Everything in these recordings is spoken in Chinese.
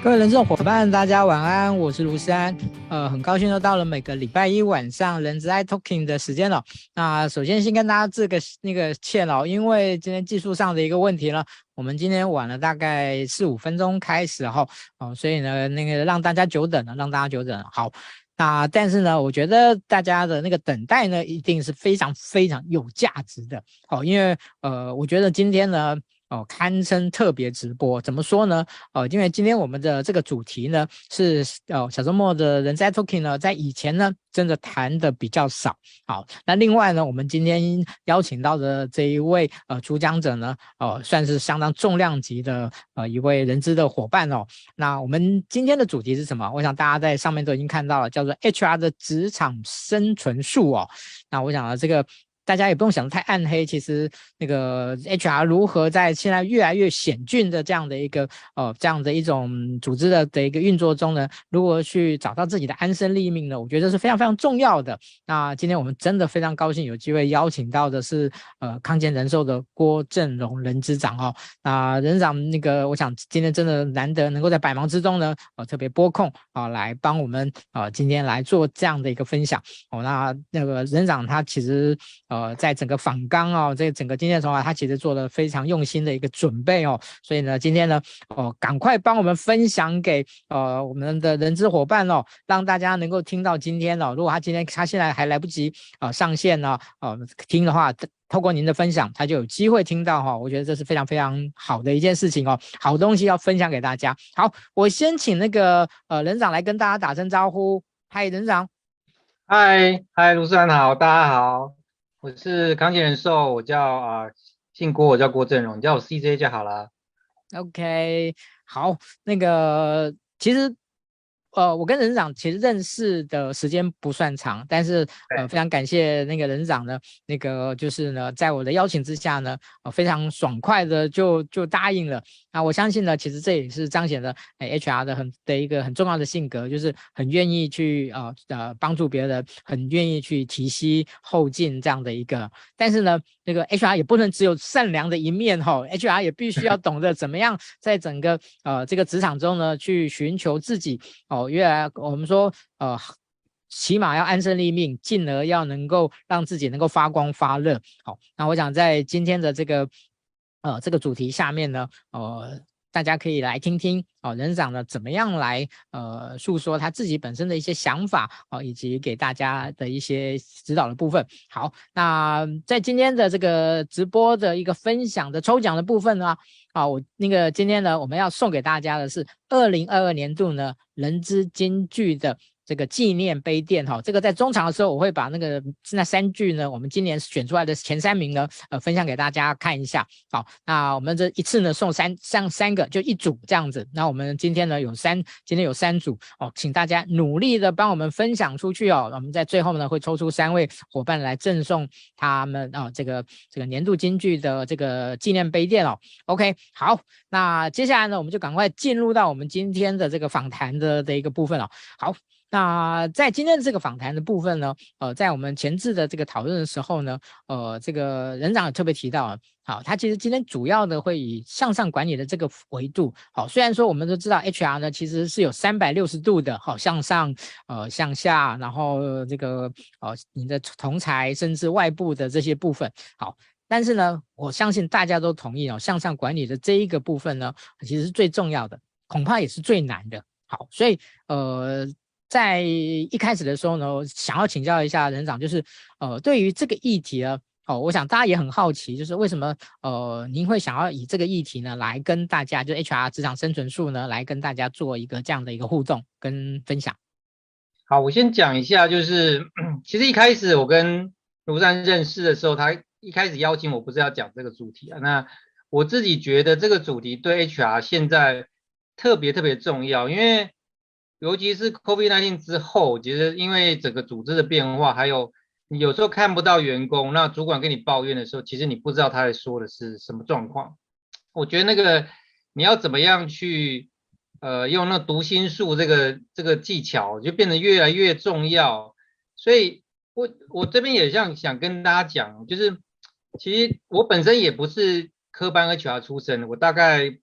各位人众伙伴，大家晚安，我是卢山。很高兴又到了每个礼拜一晚上人资 iTalking 的时间了。那首先先跟大家致个歉哦，因为今天技术上的一个问题呢，我们今天晚了大概4-5分钟开始哈，所以呢让大家久等了，好。那但是呢，我觉得大家的那个等待呢，一定是非常非常有价值的。因为我觉得今天呢。堪称特别直播，怎么说呢？因为今天我们的这个主题呢是小周末的人在 Talking 呢，在以前呢真的谈的比较少。好，那另外呢，我们今天邀请到的这一位主讲者呢，算是相当重量级的一位人资的伙伴哦。那我们今天的主题是什么？我想大家在上面都已经看到了，叫做 HR 的职场生存术哦。那我想这个。大家也不用想得太暗黑，其实那个 HR 如何在现在越来越险峻的这样的一个这样的一种组织的一个运作中呢，如何去找到自己的安身立命呢？我觉得是非常非常重要的。那今天我们真的非常高兴有机会邀请到的是康健人寿的郭正荣人资长哦。那人长我想今天真的难得能够在百忙之中呢特别拨空来帮我们今天来做这样的一个分享那个人长他其实在整个访纲这整个今天的话，他其实做了非常用心的一个准备所以呢，今天呢，赶快帮我们分享给我们的人资伙伴让大家能够听到今天如果他现在还来不及上线听的话，透过您的分享，他就有机会听到我觉得这是非常非常好的一件事情好东西要分享给大家。好，我先请那个人长来跟大家打声招呼。嗨，人长。 嗨，卢思涵好，大家好，我是康健人寿，我叫姓郭，我叫郭正荣，你叫我 CJ 就好了。 OK，好，其实我跟任长其实认识的时间不算长，但是非常感谢那个任长呢，就是呢，在我的邀请之下呢，非常爽快的就答应了。那我相信呢，其实这也是彰显了HR 的一个很重要的性格，就是很愿意去帮助别人，很愿意去提携后进这样的一个。但是呢，HR 也不能只有善良的一面HR 也必须要懂得怎么样在整个这个职场中呢，去寻求自己越来我们说起码要安身立命，进而要能够让自己能够发光发热。好，那我想在今天的这个主题下面呢，大家可以来听听人长呢怎么样来诉说他自己本身的一些想法以及给大家的一些指导的部分。好，那在今天的这个直播的一个分享的抽奖的部分呢，我今天呢我们要送给大家的是2022年度呢人资金句的这个纪念碑垫这个在中场的时候我会把那3句呢，我们今年选出来的前3名呢，分享给大家看一下。好，那我们这一次呢送三个，就一组这样子。那我们今天呢今天有3组请大家努力的帮我们分享出去我们在最后呢会抽出3位伙伴来赠送他们这个年度金句的这个纪念碑垫OK， 好，那接下来呢我们就赶快进入到我们今天的这个访谈的一个部分好。那在今天的这个访谈的部分呢，在我们前置的这个讨论的时候呢，这个人长也特别提到好，他其实今天主要的会以向上管理的这个维度，好，虽然说我们都知道 HR 呢其实是有360度的，好，向上，向下，然后你的同才甚至外部的这些部分，好，但是呢，我相信大家都同意向上管理的这一个部分呢，其实是最重要的，恐怕也是最难的。好，所以在一开始的时候呢，想要请教一下人长，就是对于这个议题呢，我想大家也很好奇，就是为什么您会想要以这个议题呢来跟大家，就 HR 职场生存术呢，来跟大家做一个这样的一个互动跟分享。 好，我先讲一下，就是其实一开始我跟卢山认识的时候，他一开始邀请我不是要讲这个主题那我自己觉得这个主题对 HR 现在特别特别重要，因为尤其是 COVID-19 之后，其实因为整个组织的变化，还有你有时候看不到员工，那主管跟你抱怨的时候，其实你不知道他在说的是什么状况。我觉得你要怎么样去用那读心术这个技巧，就变得越来越重要。所以我这边也想跟大家讲，就是其实我本身也不是科班 HR 出身的，我大概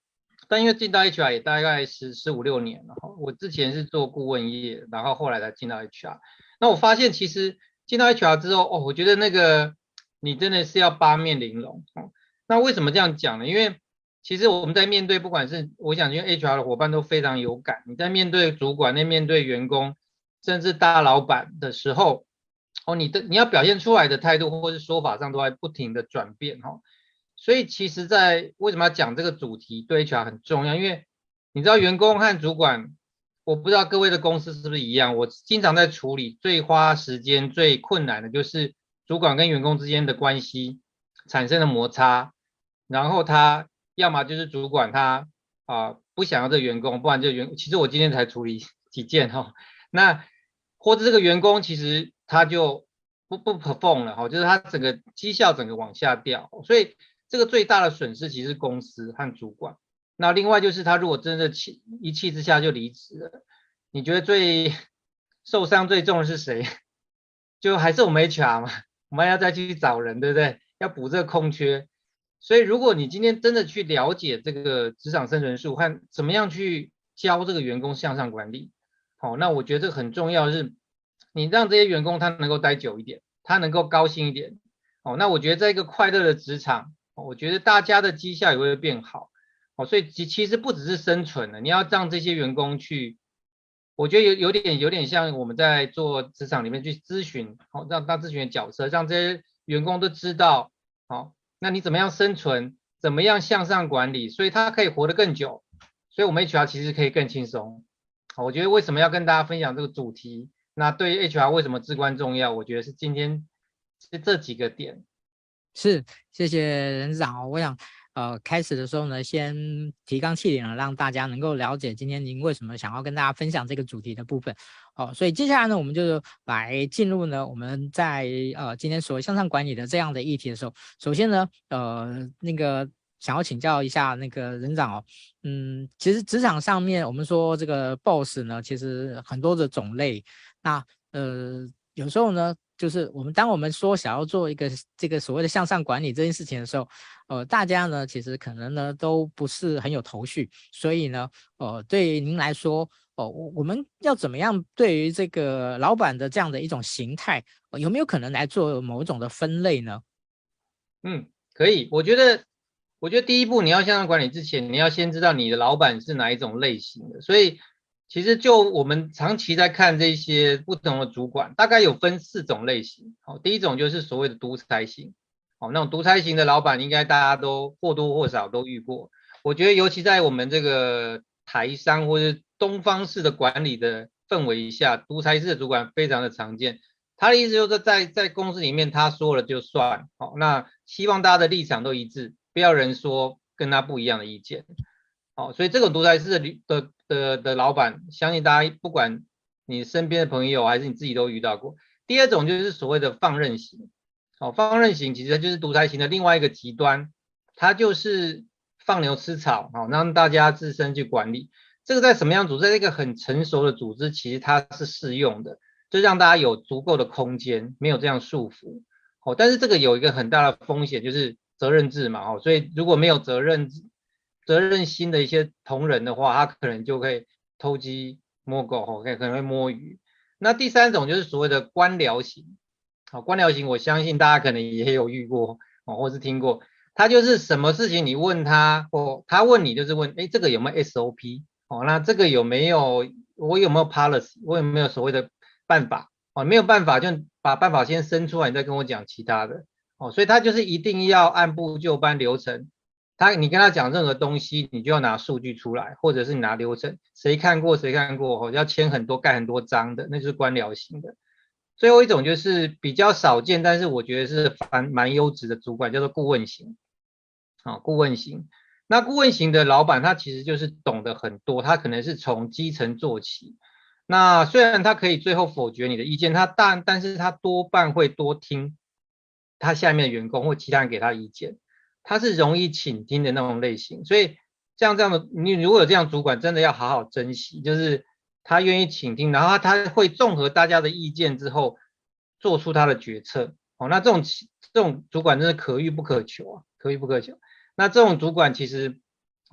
但因为进到 HR 也大概15、16年了，我之前是做顾问业，然后后来才进到 HR。那我发现其实进到 HR 之后，我觉得那个你真的是要八面玲珑。那为什么这样讲呢？因为其实我们在面对，不管是我想，因为 HR 的伙伴都非常有感，你在面对主管、在面对员工，甚至大老板的时候，你要表现出来的态度或是说法上都在不停的转变所以其实在为什么要讲这个主题对 HR 很重要？因为你知道员工和主管，我不知道各位的公司是不是一样，我经常在处理最花时间、最困难的就是主管跟员工之间的关系产生的摩擦，然后他要么就是主管他不想要这个员工，不然就其实我今天才处理几件那或者这个员工其实他就不 perform 了就是他整个绩效整个往下掉，所以这个最大的损失其实是公司和主管。那另外就是他如果真的一气之下就离职了，你觉得最受伤最重的是谁？就还是我们 HR 嘛，我们要再去找人，对不对？要补这个空缺。所以如果你今天真的去了解这个职场生存术和怎么样去教这个员工向上管理，那我觉得这个很重要的是，你让这些员工他能够待久一点，他能够高兴一点，那我觉得在一个快乐的职场，我觉得大家的绩效也会变好，所以其实不只是生存了，你要让这些员工去，我觉得有点像我们在做职场里面去咨询，让当咨询的角色，让这些员工都知道，那你怎么样生存，怎么样向上管理，所以他可以活得更久，所以我们 HR 其实可以更轻松。我觉得为什么要跟大家分享这个主题？那对于 HR 为什么至关重要？我觉得是今天是这几个点。 是，谢谢任事长我想，开始的时候呢，先提纲挈领了，让大家能够了解今天您为什么想要跟大家分享这个主题的部分。所以接下来呢，我们就来进入呢，我们在今天所谓向上管理的这样的议题的时候，首先呢，那个想要请教一下那个任长其实职场上面我们说这个 boss 呢，其实很多的种类，那有时候呢。就是当我们说想要做一个这个所谓的向上管理这件事情的时候，大家呢其实可能呢都不是很有头绪，所以呢，对于您来说，我们要怎么样对于这个老板的这样的一种形态，有没有可能来做某种的分类呢？ 可以，我觉得第一步你要向上管理之前，你要先知道你的老板是哪一种类型的，所以。其实就我们长期在看这些不同的主管，大概有分4种类型。第一种就是所谓的独裁型，那种独裁型的老板，应该大家都或多或少都遇过。我觉得尤其在我们这个台商或者东方式的管理的氛围下，独裁式的主管非常的常见。他的意思就是在公司里面他说了就算，那希望大家的立场都一致，不要人说跟他不一样的意见。所以这种独裁式的老板，相信大家不管你身边的朋友还是你自己都遇到过。第二种就是所谓的放任型，放任型其实就是独裁型的另外一个极端，它就是放牛吃草，让大家自身去管理。这个在什么样组织，在一个很成熟的组织，其实它是适用的，就让大家有足够的空间，没有这样束缚。但是这个有一个很大的风险，就是责任制嘛，所以如果没有责任心的一些同仁的话，他可能就会偷鸡摸狗，可能会摸鱼。那第三种就是所谓的官僚型，官僚型我相信大家可能也有遇过，或是听过。他就是什么事情你问他，或他问你就是问，这个有没有 SOP？那这个我有没有 policy？我有没有所谓的办法？没有办法就把办法先生出来，你再跟我讲其他的。所以他就是一定要按部就班流程。你跟他讲任何东西，你就要拿数据出来，或者是你拿流程，谁看过，要签很多盖很多章的，那就是官僚型的。最后一种就是比较少见，但是我觉得是蛮优质的主管，叫做顾问型。顾问型。那顾问型的老板，他其实就是懂得很多，他可能是从基层做起。那虽然他可以最后否决你的意见，但是他多半会多听他下面的员工或其他人给他的意见。他是容易倾听的那种类型，所以像这样的，你如果有这样主管，真的要好好珍惜，就是他愿意倾听，然后他会综合大家的意见之后，做出他的决策。那这种主管真的可遇不可求啊，可遇不可求。那这种主管其实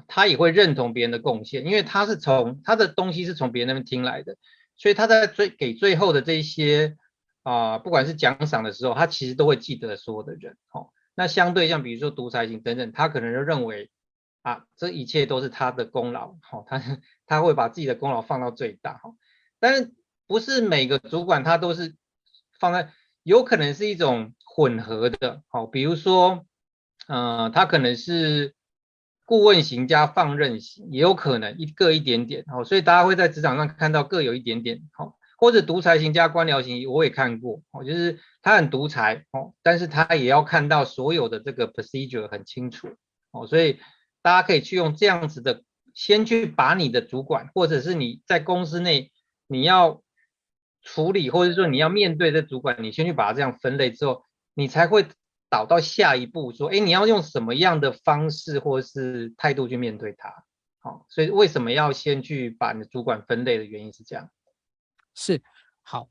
他也会认同别人的贡献，因为他的东西是从别人那边听来的，所以他在给最后的这一些不管是奖赏的时候，他其实都会记得所有的人。那相对像比如说独裁型等等，他可能就认为这一切都是他的功劳，他会把自己的功劳放到最大。但是不是每个主管他都是放在，有可能是一种混合的。比如说他可能是顾问型加放任型，也有可能各一点点。所以大家会在职场上看到各有一点点。或者独裁型加官僚型，我也看过。就是他很独裁，但是他也要看到所有的这个 procedure 很清楚。所以大家可以去用这样子的，先去把你的主管，或者是你在公司内你要处理，或者说你要面对的主管，你先去把它这样分类之后，你才会导到下一步说，你要用什么样的方式或是态度去面对它。所以为什么要先去把你的主管分类的原因是这样。 是，好，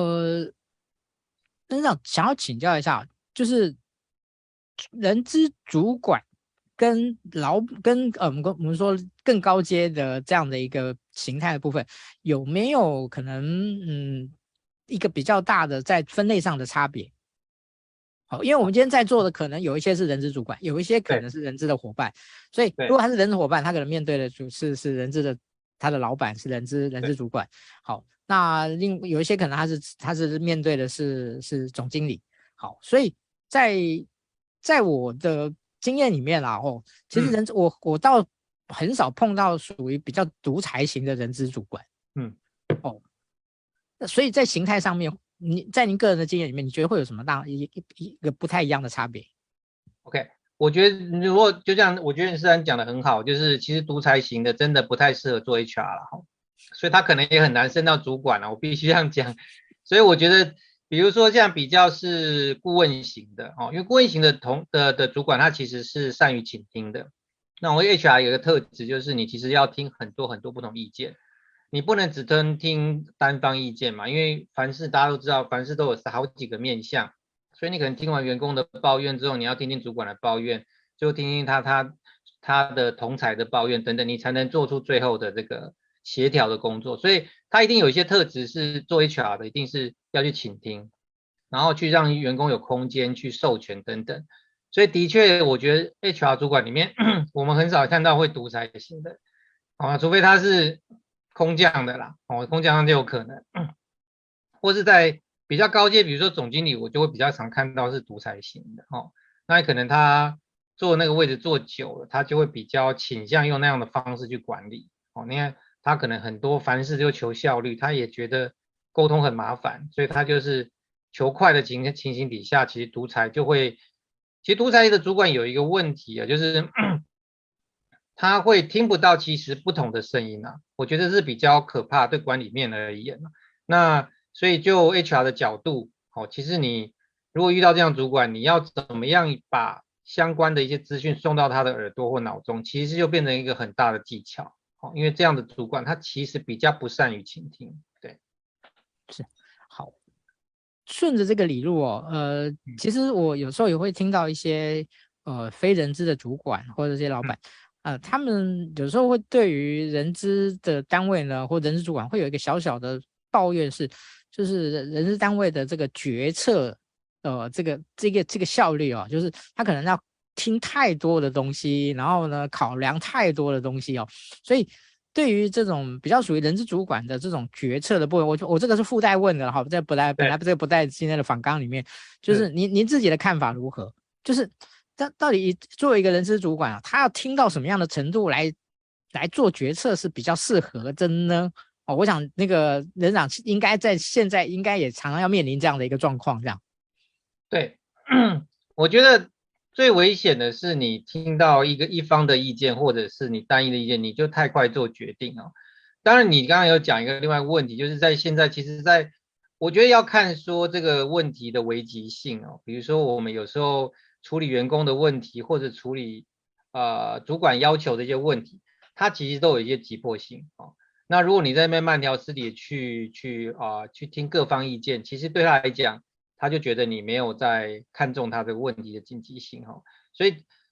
院长想要请教一下，就是人资主管跟我们说更高阶的这样的一个形态的部分，有没有可能一个比较大的在分类上的差别？好，因为我们今天在座的可能有一些是人资主管，有一些可能是人资的伙伴，所以如果他是人资伙伴，他可能面对的是人资的，他的老板是人资主管。好，那有一些可能他是面对的是总经理。好，所以在我的经验里面啦，其实我倒很少碰到属于比较独裁型的人资主管。所以在形态上面，在您个人的经验里面，你觉得会有什么一个不太一样的差别 ？OK， 我觉得如果就这样，我觉得你虽然讲的很好，就是其实独裁型的真的不太适合做 HR 了，所以他可能也很难升到主管了，我必须这样讲。所以我觉得，比如说这样比较是顾问型的因为顾问型的主管他其实是善于倾听的。那我 HR 有一个特质就是你其实要听很多很多不同意见。你不能只听单方意见嘛，因为凡事大家都知道，凡事都有好几个面向，所以你可能听完员工的抱怨之后，你要听听主管的抱怨，就听听他的同才的抱怨等等，你才能做出最后的这个协调的工作。所以他一定有一些特质是做 HR 的，一定是要去倾听，然后去让员工有空间去授权等等。所以的确，我觉得 HR 主管里面我们很少看到会独裁型的，除非他是空降的啦，空降上就有可能，或是在比较高阶，比如说总经理，我就会比较常看到是独裁型的那可能他坐那个位置坐久了，他就会比较倾向用那样的方式去管理你看他可能很多凡事就求效率，他也觉得沟通很麻烦，所以他就是求快的情形底下，其实独裁的主管有一个问题就是他会听不到其实不同的声音我觉得是比较可怕，对管理面而言那所以就 HR 的角度其实你如果遇到这样主管，你要怎么样把相关的一些资讯送到他的耳朵或脑中，其实就变成一个很大的技巧因为这样的主管他其实比较不善于倾听。对， 是。好，顺着这个理路其实我有时候也会听到一些非人资的主管或者这些老板他们有时候会对于人资的单位呢，或人资主管会有一个小小的抱怨就是人资单位的这个决策，这个效率就是他可能要听太多的东西，然后呢考量太多的东西所以对于这种比较属于人资主管的这种决策的部分，我这个是附带问的这本来这个不在今天的访纲里面，就是您自己的看法如何？就是到底作为一个人资主管他要听到什么样的程度来做决策是比较适合的呢？我想那个人长应该在现在应该也常常要面临这样的一个状况，这样。 对，我觉得最危险的是你听到一方的意见，或者是你单一的意见，你就太快做决定当然，你刚刚有讲一个另外一个问题，就是在现在，其实我觉得要看说这个问题的危急性比如说我们有时候处理员工的问题，或者处理主管要求的一些问题，它其实都有一些急迫性那如果你在那边慢条斯理去听各方意见，其实对他来讲，他就觉得你没有在看重他这个问题的紧急性所以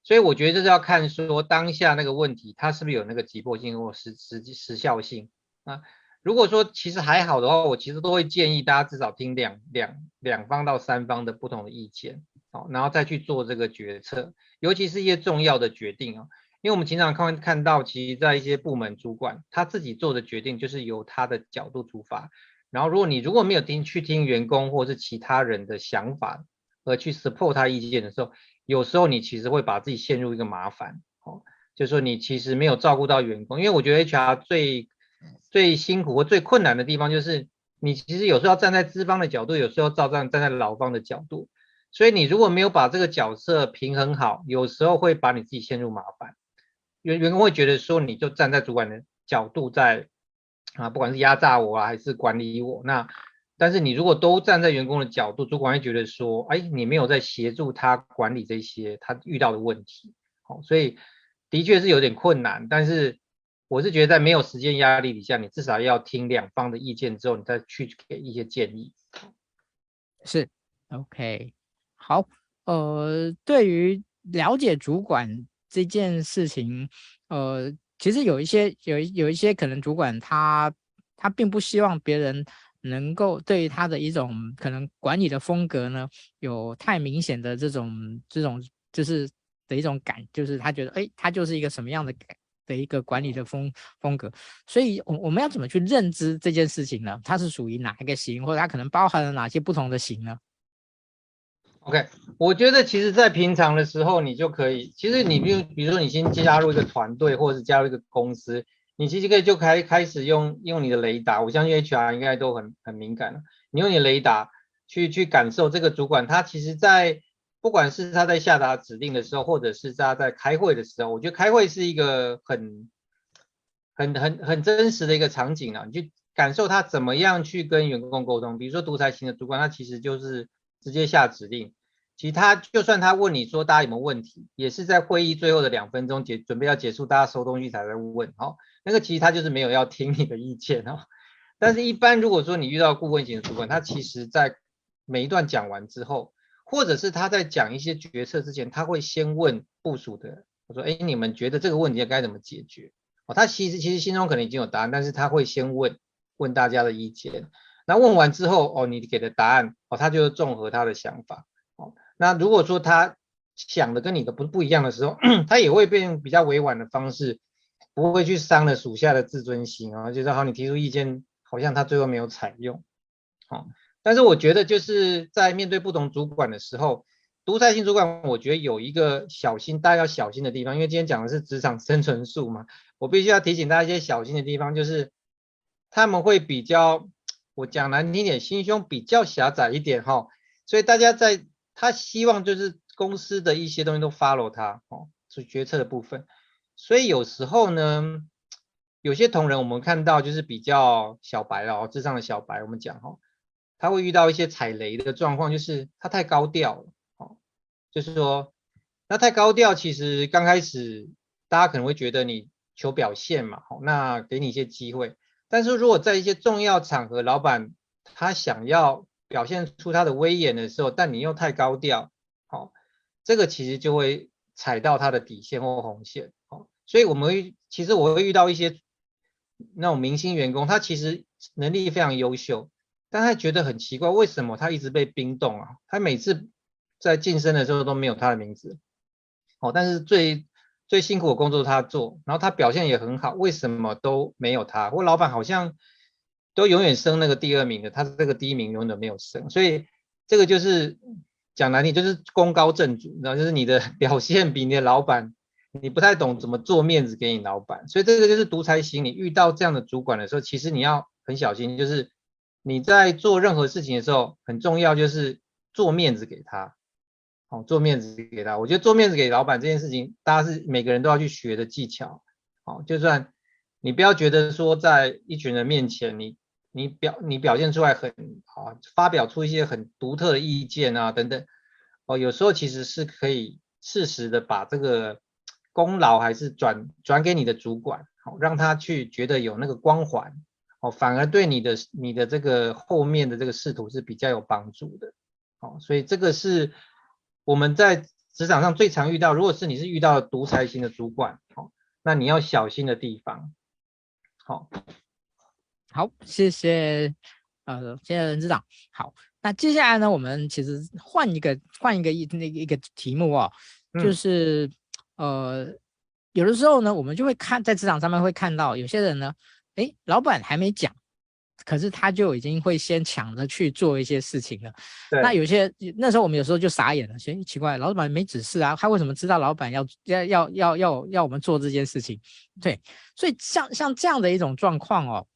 所以我觉得这是要看说当下那个问题它是不是有那个急迫性或时效性啊。如果说其实还好的话，我其实都会建议大家至少听两方到三方的不同的意见，好，然后再去做这个决策，尤其是一些重要的决定啊。因为我们经常看到，其实在一些部门主管他自己做的决定，就是由他的角度出发。然后，如果没有去听员工或是其他人的想法，而去 support 他意见的时候，有时候你其实会把自己陷入一个麻烦，哦，就是说你其实没有照顾到员工。因为我觉得 HR 最辛苦或最困难的地方，就是你其实有时候要站在资方的角度，有时候站在劳方的角度。所以你如果没有把这个角色平衡好，有时候会把你自己陷入麻烦。员工会觉得说你就站在主管的角度在不管是压榨我还是管理我，但是你如果都站在员工的角度，主管会觉得说，哎，你没有在协助他管理这些他遇到的问题，好，所以的确是有点困难，但是我是觉得在没有时间压力底下，你至少要听两方的意见之后，你再去给一些建议。 是 OK。好，对于了解主管这件事情，其实有一些可能主管他并不希望别人能够对于他的一种可能管理的风格呢有太明显的这种就是的一种感，就是他觉得他就是一个什么样的一个管理的风格。所以我们要怎么去认知这件事情呢？它是属于哪一个型，或者它可能包含了哪些不同的型呢？ OK，我觉得其实，在平常的时候，你就可以，其实你比如说你先加入一个团队，或者是加入一个公司，你其实可以就开始用你的雷达，我相信 HR 应该都很敏感了，你用你的雷达去感受这个主管，他其实在不管是他在下达指令的时候，或者是他在开会的时候，我觉得开会是一个很真实的一个场景啊，你去感受他怎么样去跟员工沟通。比如说独裁型的主管，他其实就是直接下指令，其实他就算他问你说大家有没有问题，也是在会议最后的2分钟准备要结束，大家收东西才在问，哦，那个其实他就是没有要听你的意见哦。但是，一般如果说你遇到顾问型的主管，他其实在每一段讲完之后，或者是他在讲一些决策之前，他会先问部属的，我说，哎，你们觉得这个问题该怎么解决？哦，他其实心中可能已经有答案，但是他会先问大家的意见。那问完之后，哦，你给的答案，哦，他就综合他的想法。哦，那如果说他想的跟你的不一样的时候，他也会变比较委婉的方式，不会去伤了属下的自尊心啊，就是好，你提出意见，好像他最后没有采用。好，但是我觉得就是在面对不同主管的时候，独裁性主管，我觉得有一个大家要小心的地方，因为今天讲的是职场生存术嘛，我必须要提醒大家一些小心的地方，就是他们会比较，我讲难听点，心胸比较狭窄一点哈，所以大家他希望就是公司的一些东西都 follow 他哦，是决策的部分，所以有时候呢，有些同仁我们看到就是比较小白了哦，智商的小白，我们讲哈，他会遇到一些踩雷的状况，就是他太高调了哦，就是说那太高调，其实刚开始大家可能会觉得你求表现嘛，好，那给你一些机会。但是如果在一些重要场合，老板他想要表现出他的威严的时候，但你又太高调，好，这个其实就会踩到他的底线或红线，好，所以其实我会遇到一些那种明星员工，他其实能力非常优秀，但他觉得很奇怪，为什么他一直被冰冻啊？他每次在晋升的时候都没有他的名字，哦，但是最辛苦的工作他做，然后他表现也很好，为什么都没有他？或老板好像都永远升那个第二名的，他这个第一名永远都没有升，所以这个就是讲难听，就是功高震主，然后就是你的表现比你的老板，你不太懂怎么做面子给你老板，所以这个就是独裁型。你遇到这样的主管的时候，其实你要很小心，就是你在做任何事情的时候，很重要就是做面子给他。好，做面子给他，我觉得做面子给老板这件事情，大家是每个人都要去学的技巧。好，就算你不要觉得说在一群人面前你表现出来发表出一些很独特的意见啊等等，哦，有时候其实是可以适时的把这个功劳还是转给你的主管，好，让他去觉得有那个光环，哦，反而对你的这个后面的这个仕途是比较有帮助的。好，所以这个是我们在职场上最常遇到，如果是你是遇到独裁型的主管，那你要小心的地方。 好，谢谢任支长。好，那接下来呢，我们其实换一个一个题目哦，就是有的时候呢，我们就会在职场上面会看到有些人呢，老板还没讲，可是他就已经会先抢着去做一些事情了。那那时候我们有时候就傻眼了，奇怪，老板没指示啊，他为什么知道老板要我们做这件事情？对，所以像这样的一种状况哦，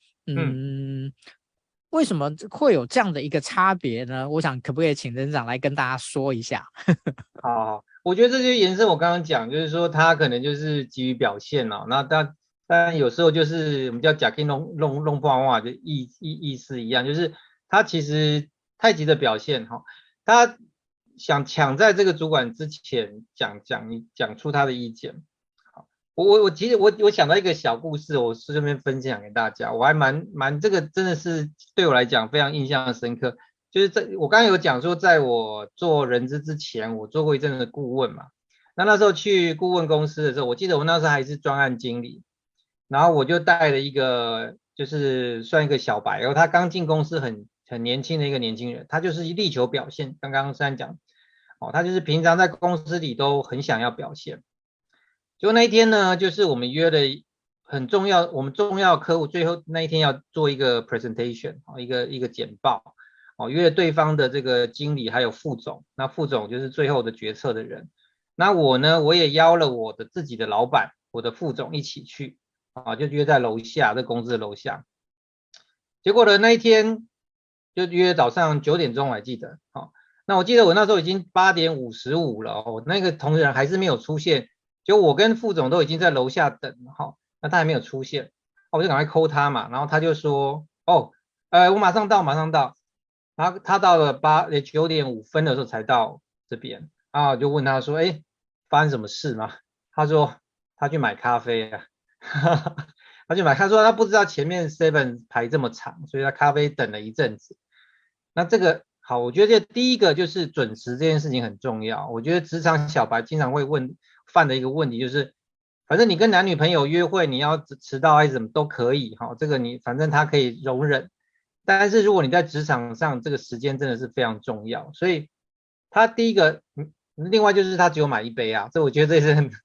为什么会有这样的一个差别呢？我想可不可以请任长来跟大家说一下？ 好，我觉得这就延伸我刚刚讲，就是说他可能就是急于表现哦，那当然有时候就是我们叫假 K 弄破话的意思一样，就是他其实太急的表现哈，他想抢在这个主管之前讲出他的意见。其实我想到一个小故事，我顺便分享给大家，我还蛮这个真的是对我来讲非常印象深刻。就是我刚刚有讲说，在我做人资之前，我做过一阵的顾问嘛。那时候去顾问公司的时候，我记得我那时候还是专案经理，然后我就带了一个就是算一个小白，然后他刚进公司很年轻的一个年轻人，他就是力求表现。刚刚虽然讲他就是平常在公司里都很想要表现。就那一天呢，就是我们约了我们重要客户最后那一天要做一个 presentation， 一个简报，约了对方的这个经理还有副总，那副总就是最后的决策的人。那我呢，我也邀了我的自己的老板，我的副总一起去，就约在楼下，这公司的楼下。结果呢，那一天就约早上9点钟，我还记得，那我记得我那时候已经8点55了，那个同仁还是没有出现。就我跟副总都已经在楼下等了那他还没有出现，我就赶快 call 他嘛，然后他就说，我马上到，然后他到了9点5分的时候才到这边，我就问他说，发生什么事吗？他说他去买咖啡啊，他说他不知道前面 7 排这么长，所以他咖啡等了一阵子。那这个好，我觉得第一个就是准时这件事情很重要。我觉得职场小白经常会犯的一个问题就是，反正你跟男女朋友约会，你要迟到还是怎么都可以，这个你反正他可以容忍。但是如果你在职场上，这个时间真的是非常重要。所以他第一个，另外就是他只有买一杯啊，这我觉得这是很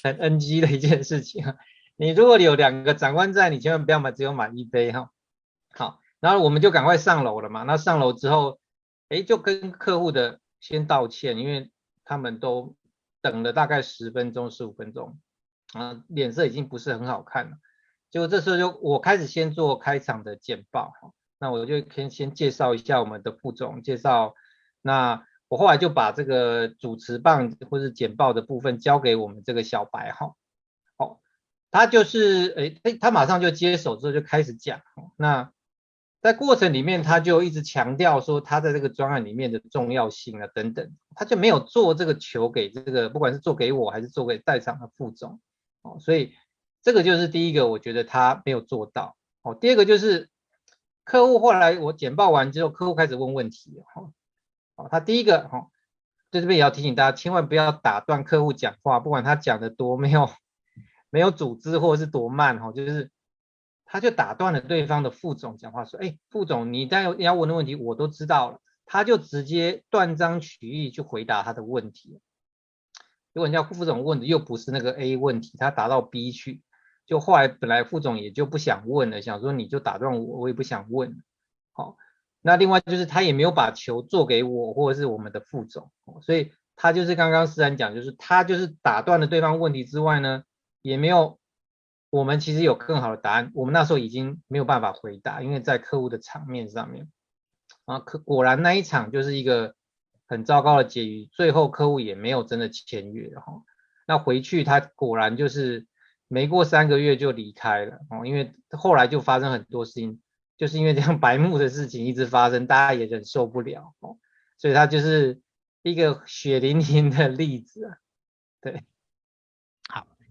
NG 的一件事情。你如果有2个长官在，你千万不要只有买一杯哈。好，然后我们就赶快上楼了嘛。那上楼之后，就跟客户的先道歉，因为他们都等了大概10分钟、15分钟，脸色已经不是很好看了。结果这时候我开始先做开场的简报，那我就先介绍一下我们的副总，那我后来就把这个主持棒或是简报的部分交给我们这个小白他就是他马上就接手之后就开始讲，那在过程里面他就一直强调说他在这个专案里面的重要性啊等等，他就没有做这个球给这个不管是做给我还是做给在场的副总，所以这个就是第一个我觉得他没有做到。第二个就是客户后来我简报完之后，客户开始问问题，他第一个在这边也要提醒大家，千万不要打断客户讲话，不管他讲的多没有组织或者是多慢，就是他就打断了对方的副总讲话，说，副总你要问的问题我都知道了，他就直接断章取义去回答他的问题。如果人家副总问的又不是那个 A 问题，他答到 B 去，就后来本来副总也就不想问了，想说你就打断我，我也不想问。那另外就是他也没有把球做给我或者是我们的副总，所以他就是刚刚思然讲，就是他就是打断了对方问题之外呢，也没有，我们其实有更好的答案，我们那时候已经没有办法回答，因为在客户的场面上面，果然那一场就是一个很糟糕的结局，最后客户也没有真的签约，那回去他果然就是没过3个月就离开了，因为后来就发生很多事情，就是因为这样白目的事情一直发生，大家也忍受不了，所以他就是一个血淋淋的例子。对。 好，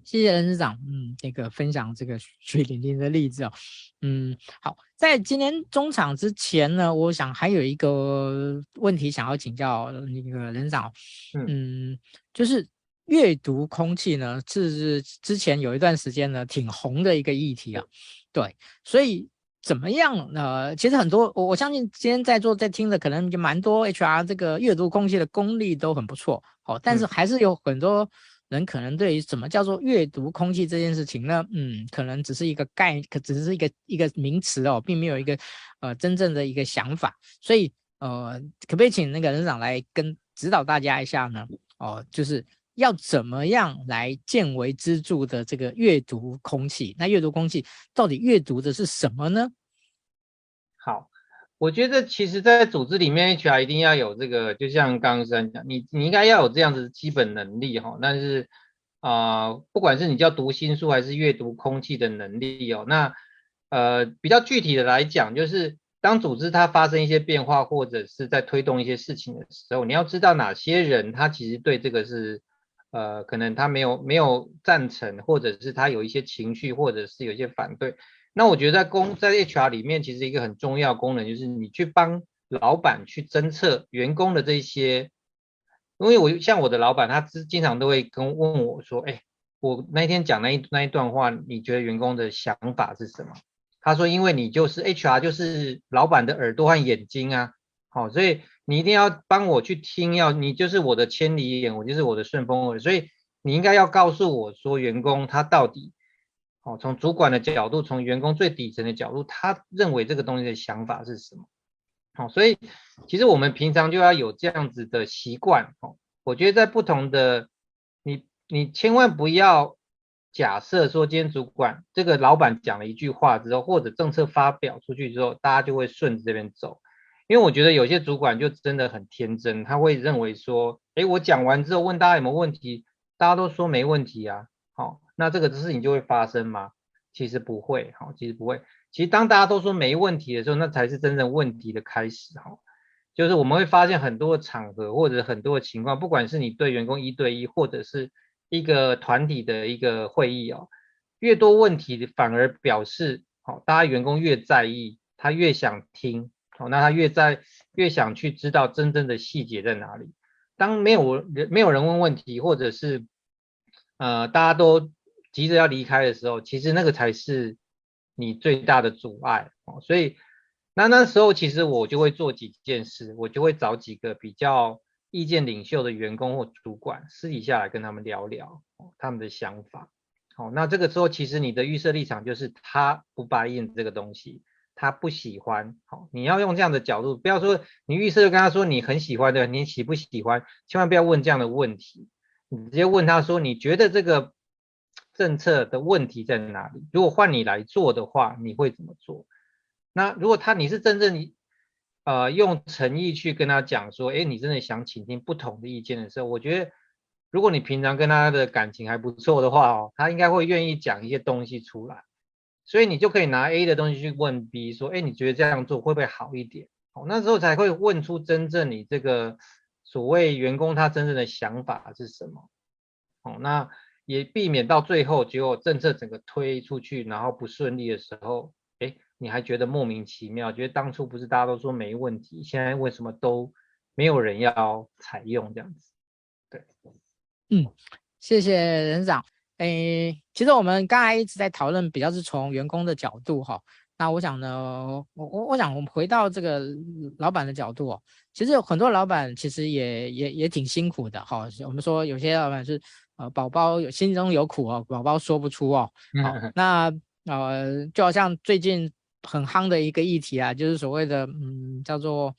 谢谢任市长，这个分享这个血淋淋的例子哦，好，在今天中场之前呢，我想还有一个问题想要请教那个任市长，就是阅读空气呢是之前有一段时间呢挺红的一个议题啊，对，所以怎么样其实很多我相信今天在座在听的可能就蛮多 HR 这个阅读空气的功力都很不错，但是还是有很多人可能对于什么叫做阅读空气这件事情呢，可能只是一个只是一个名词哦，并没有一个真正的一个想法，所以可不可以请那个任长来跟指导大家一下呢？就是要怎么样来见微知著的这个阅读空气？那阅读空气到底阅读的是什么呢？ 好。我觉得其实，在组织里面，HR 一定要有这个，就像刚刚三讲，你应该要有这样子基本能力哈。但是不管是你叫读心术还是阅读空气的能力哦，那比较具体的来讲，就是当组织它发生一些变化，或者是在推动一些事情的时候，你要知道哪些人他其实对这个是可能他没有赞成，或者是他有一些情绪，或者是有一些反对。那我觉得在 HR 里面，其实一个很重要的功能就是你去帮老板去侦测员工的这些，因为像我的老板，他经常都会问我说，我那天讲那一段话，你觉得员工的想法是什么？他说，因为你就是 HR，就是老板的耳朵和眼睛啊，好，所以你一定要帮我去听，你就是我的千里眼，我就是我的顺风耳，所以你应该要告诉我说，员工他到底。从主管的角度，从员工最底层的角度，他认为这个东西的想法是什么？所以其实我们平常就要有这样子的习惯。我觉得在不同的，你千万不要假设说今天主管这个老板讲了一句话之后，或者政策发表出去之后，大家就会顺着这边走。因为我觉得有些主管就真的很天真，他会认为说，我讲完之后问大家有没有问题，大家都说没问题啊。那这个事情就会发生吗？其实不会，其实不会。其实当大家都说没问题的时候，那才是真正问题的开始，就是我们会发现很多的场合或者很多的情况，不管是你对员工1对1，或者是一个团体的一个会议越多问题反而表示，大家员工越在意，他越想听，那他越想去知道真正的细节在哪里。当没有人问问题，或者是大家都急着要离开的时候，其实那个才是你最大的阻碍。所以那时候其实我就会做几件事，我就会找几个比较意见领袖的员工或主管，私底下来跟他们聊聊他们的想法。那这个时候其实你的预设立场就是他不buy in这个东西，他不喜欢。你要用这样的角度，不要说你预设就跟他说你很喜欢的，你喜不喜欢，千万不要问这样的问题。你直接问他说，你觉得这个政策的问题在哪里？如果换你来做的话，你会怎么做？那如果你是真正用诚意去跟他讲说，你真的想倾听不同的意见的时候，我觉得如果你平常跟他的感情还不错的话他应该会愿意讲一些东西出来。所以你就可以拿 A 的东西去问 B 说，你觉得这样做会不会好一点？那时候才会问出真正你这个所谓员工他真正的想法是什么。那也避免到最后结果政策整个推出去，然后不顺利的时候，你还觉得莫名其妙，觉得当初不是大家都说没问题，现在为什么都没有人要采用这样子？对， 谢谢任长。其实我们刚才一直在讨论比较是从员工的角度那我想呢，我想我们回到这个老板的角度其实有很多老板其实也挺辛苦的我们说有些老板是宝宝心中有苦宝宝说不出那就好像最近很夯的一个议题啊，就是所谓的叫做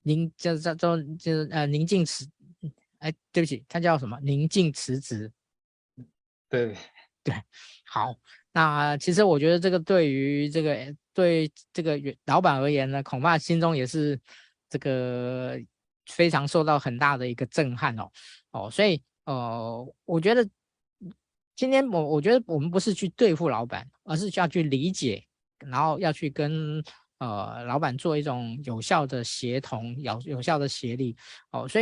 宁静辞，对不起，它叫什么？宁静辞职。 对， 好，那其实我觉得这个对这个老板而言呢，恐怕心中也是这个非常受到很大的一个震撼所以我觉得今天我觉得我们不是去对付老板，而是要去理解，然后要去跟老板做一种有效的协同，有效的协力所以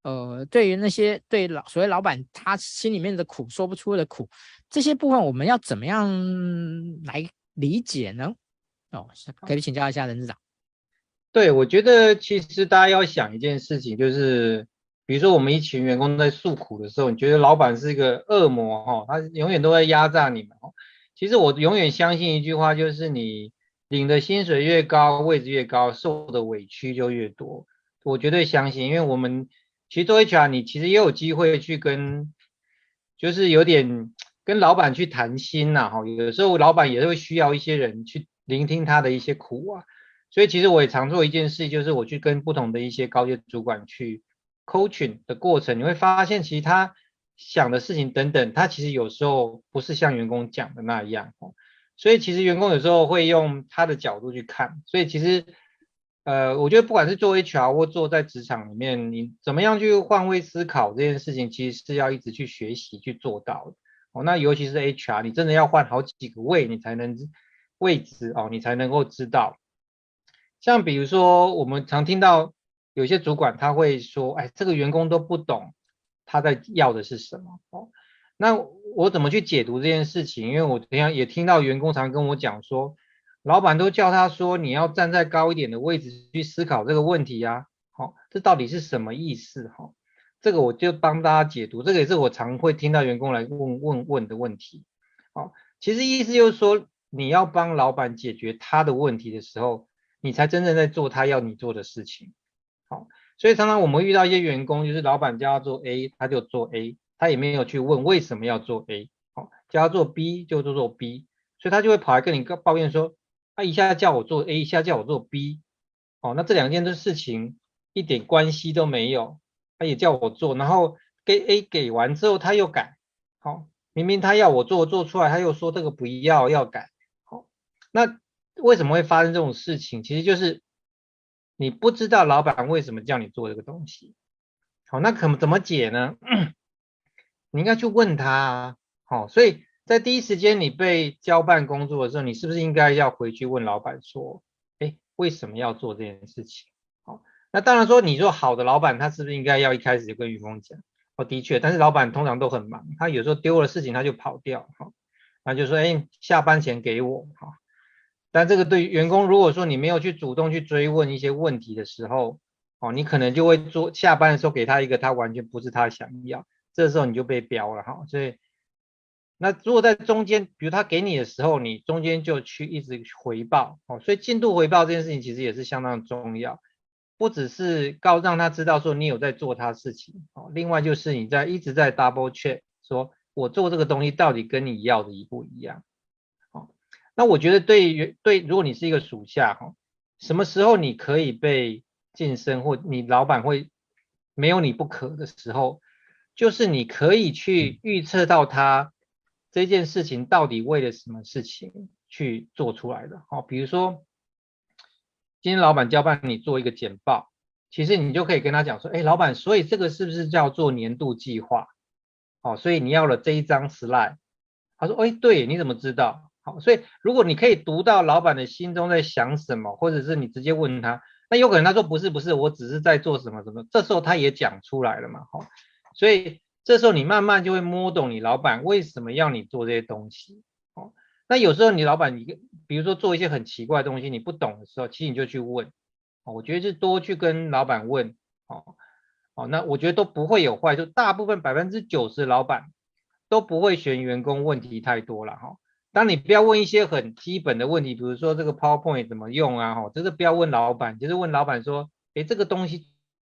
对于那些所谓老板他心里面的苦说不出的苦，这些部分我们要怎么样来理解呢？可以请教一下任事长。 对，我觉得其实大家要想一件事情，就是比如说我们一群员工在诉苦的时候，你觉得老板是一个恶魔哈，他永远都在压榨你们哦。其实我永远相信一句话，就是你领的薪水越高，位置越高，受的委屈就越多。我绝对相信，因为我们其实做 HR，你其实也有机会去就是有点跟老板去谈心呐，哈，有的时候老板也会需要一些人去聆听他的一些苦啊。所以其实我也常做一件事，就是我去跟不同的一些高阶主管去 coaching 的过程，你会发现其实他想的事情等等，他其实有时候不是像员工讲的那样哦。所以其实员工有时候会用他的角度去看，所以其实我觉得不管是做 HR 或做在职场里面，你怎么样去换位思考这件事情，其实是要一直去学习去做到的哦。那尤其是 HR，你真的要换好几个位置哦，你才能够知道。像比如说，我们常听到有些主管他会说，哎，这个员工都不懂他在要的是什么哦。那我怎么去解读这件事情？因为我平常也听到员工常跟我讲说，老板都叫他说你要站在高一点的位置去思考这个问题啊，好，这到底是什么意思？哈，这个我就帮大家解读，这个也是我常会听到员工来问的问题。好，其实意思就是说，你要帮老板解决他的问题的时候，你才真正在做他要你做的事情。好，所以常常我们遇到一些员工，就是老板叫他做 A，他就做 A，他也没有去问为什么要做 A，好，叫他做 B 就做 B，所以他就会跑来跟你抱怨说，他一下叫我做 A，一下叫我做 B，哦，那这两件事情一点关系都没有，他也叫我做，然后给 A 给完之后他又改，好，明明他要我做出来，他又说这个不要改，好，那为什么会发生这种事情？其实就是你不知道老板为什么叫你做这个东西。好，那怎么解呢？你应该去问他啊。好，所以在第一时间你被交办工作的时候，你是不是应该要回去问老板说，哎，为什么要做这件事情？好，那当然说你说好的老板，他是不是应该要一开始就跟员工讲？哦，的确，但是老板通常都很忙，他有时候丢了事情他就跑掉，好，那就说，哎，下班前给我，好。但这个对于员工，如果说你没有去主动去追问一些问题的时候，哦，你可能就会下班的时候给他一个他完全不是他想要，这时候你就被标了哈。所以，那如果在中间，比如他给你的时候，你中间就去一直回报，哦，所以进度回报这件事情其实也是相当重要，不只是让他知道说你有在做他事情，哦，另外就是你一直在 double check 说我做这个东西到底跟你要的一不一样。那我觉得如果你是一个属下哈，什么时候你可以被晋升，或你老板会没有你不可的时候，就是你可以去预测到他这件事情到底为了什么事情去做出来的。好，比如说今天老板交办你做一个简报，其实你就可以跟他讲说，哎，老板，所以这个是不是叫做年度计划？好，所以你要了这一张 slide。他说，哎，对，你怎么知道？好，所以如果你可以读到老板的心中在想什么，或者是你直接问他，那有可能他说不是，我只是在做什么什么，这时候他也讲出来了嘛，好，所以这时候你慢慢就会摸懂你老板为什么要你做这些东西，好，那有时候你老板比如说做一些很奇怪的东西你不懂的时候，其实你就去问，我觉得是多去跟老板问，哦，那我觉得都不会有坏，就大部分90%的老板都不会嫌员工问题太多了哈。当你不要问一些很基本的问题，比如说这个 PowerPoint 怎么用啊，哈，这个不要问老板，就是问老板说，诶，这个东西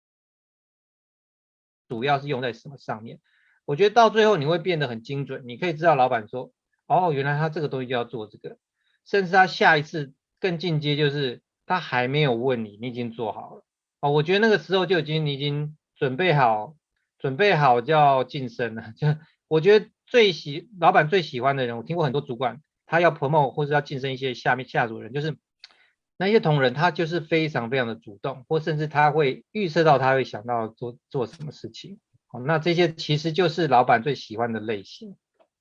主要是用在什么上面？我觉得到最后你会变得很精准，你可以知道老板说，哦，原来他这个东西就要做这个，甚至他下一次更进阶就是他还没有问你，你已经做好了，哦，我觉得那个时候你已经准备好叫晋升了，就我觉得老板最喜欢的人，我听过很多主管，他要 promote 或者要晋升一些下属人，就是那些同仁他就是非常非常的主动，或甚至他会预测到他会想到做什么事情。好，那这些其实就是老板最喜欢的类型。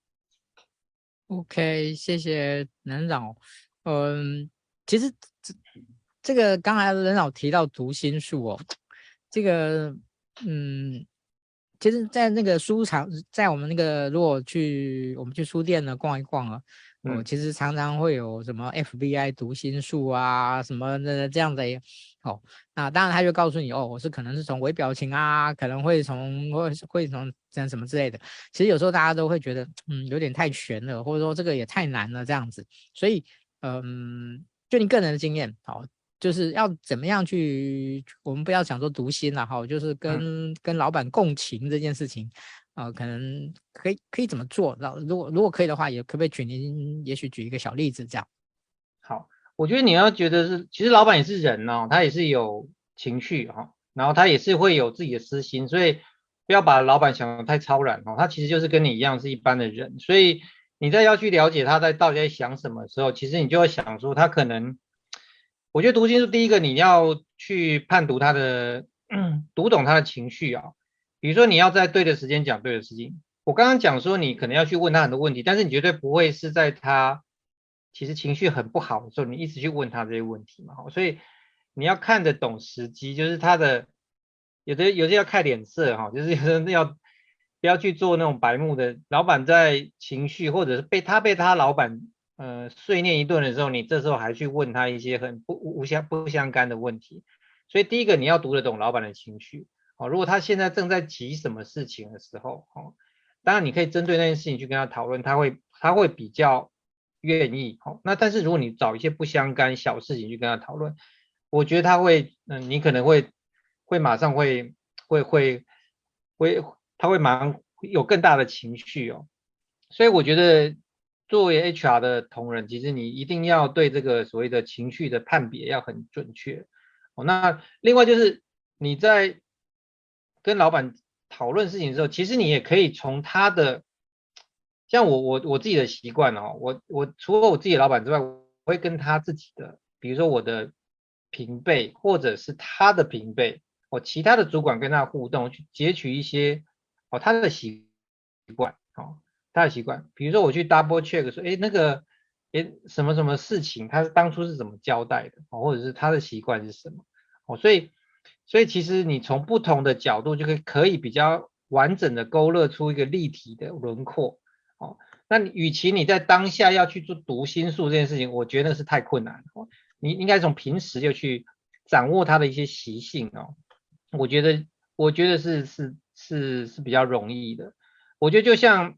OK，谢谢任长。其实这个刚才任长提到读心术哦，这个其实，在那个书场，在我们那个如果我们去书店呢逛一逛啊，其实常常会有什么 FBI 读心术啊什么的这样的那当然他就告诉你我是可能是从微表情啊，可能会从这样什么之类的。其实有时候大家都会觉得有点太玄了，或者说这个也太难了这样子。所以就你个人的经验就是要怎么样去，我们不要讲说读心了就是跟老板共情这件事情可能可以怎么做？如果可以的话，也可不可以您也许举一个小例子这样？ 好，我觉得你要觉得是，其实老板也是人他也是有情绪然后他也是会有自己的私心，所以不要把老板想得太超然他其实就是跟你一样是一般的人，所以你在要去了解他到底在想什么的时候，其实你就会想说他可能。我觉得读心术第一个你要去判读他的，读懂他的情绪比如说你要在对的时间讲对的事情。我刚刚讲说你可能要去问他很多问题，但是你绝对不会是在他其实情绪很不好的时候，你一直去问他这些问题嘛。所以你要看得懂时机，就是他的有些要看脸色就是有的要不要去做那种白目的。老板在情绪或者是被他老板碎念一顿的时候，你这时候还去问他一些很不相干的问题。所以第一个你要读得懂老板的情绪如果他现在正在急什么事情的时候当然你可以针对那件事情去跟他讨论，他会比较愿意那但是如果你找一些不相干小事情去跟他讨论，我觉得他会你可能会马上他会马上有更大的情绪所以我觉得作为 HR 的同仁，其实你一定要对这个所谓的情绪的判别要很准确那另外就是你在跟老板讨论事情的时候，其实你也可以从他的，像我自己的习惯我除了我自己的老板之外，我会跟他自己的，比如说我的平辈或者是他的平辈，其他的主管跟他互动，去截取一些他的习惯他的习惯，比如说我去 double check 说，那个什么什么事情，他当初是怎么交代的或者是他的习惯是什么所以其实你从不同的角度就可以比较完整的勾勒出一个立体的轮廓那与其你在当下要去做读心术这件事情，我觉得是太困难你应该从平时就去掌握他的一些习性我觉得是比较容易的。我觉得就像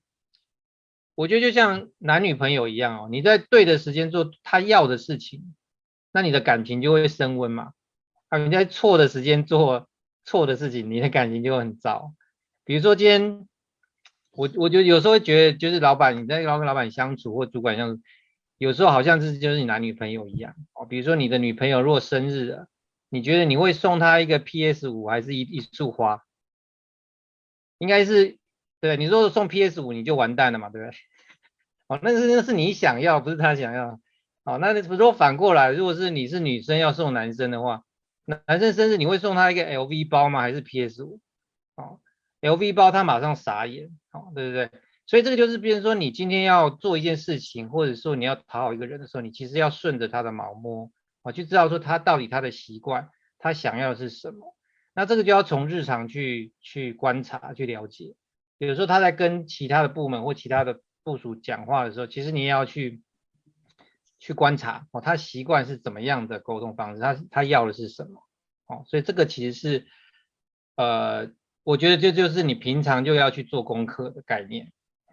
男女朋友一样你在对的时间做他要的事情，那你的感情就会升温嘛。你在错的时间做错的事情，你的感情就会很糟。比如说今天我觉得有时候会觉得，就是老板你在跟老板相处或主管相处，有时候好像就是你男女朋友一样比如说你的女朋友如果生日了，你觉得你会送她一个 PS5还是一束花？应该是对，你如果送 PS5你就完蛋了嘛，对不对？那是你想要，不是他想要。那如果反过来，如果是你是女生要送男生的话，男生生日你会送他一个 LV 包吗？还是 PS5？LV 包他马上傻眼，对不对？所以这个就是变成说，你今天要做一件事情，或者说你要讨好一个人的时候，你其实要顺着他的毛摸去知道说他到底他的习惯，他想要的是什么。那这个就要从日常去观察去了解。有时候他在跟其他的部门或其他的部属讲话的时候，其实你也要去观察他习惯是怎么样的沟通方式，他要的是什么所以这个其实是我觉得这就是你平常就要去做功课的概念。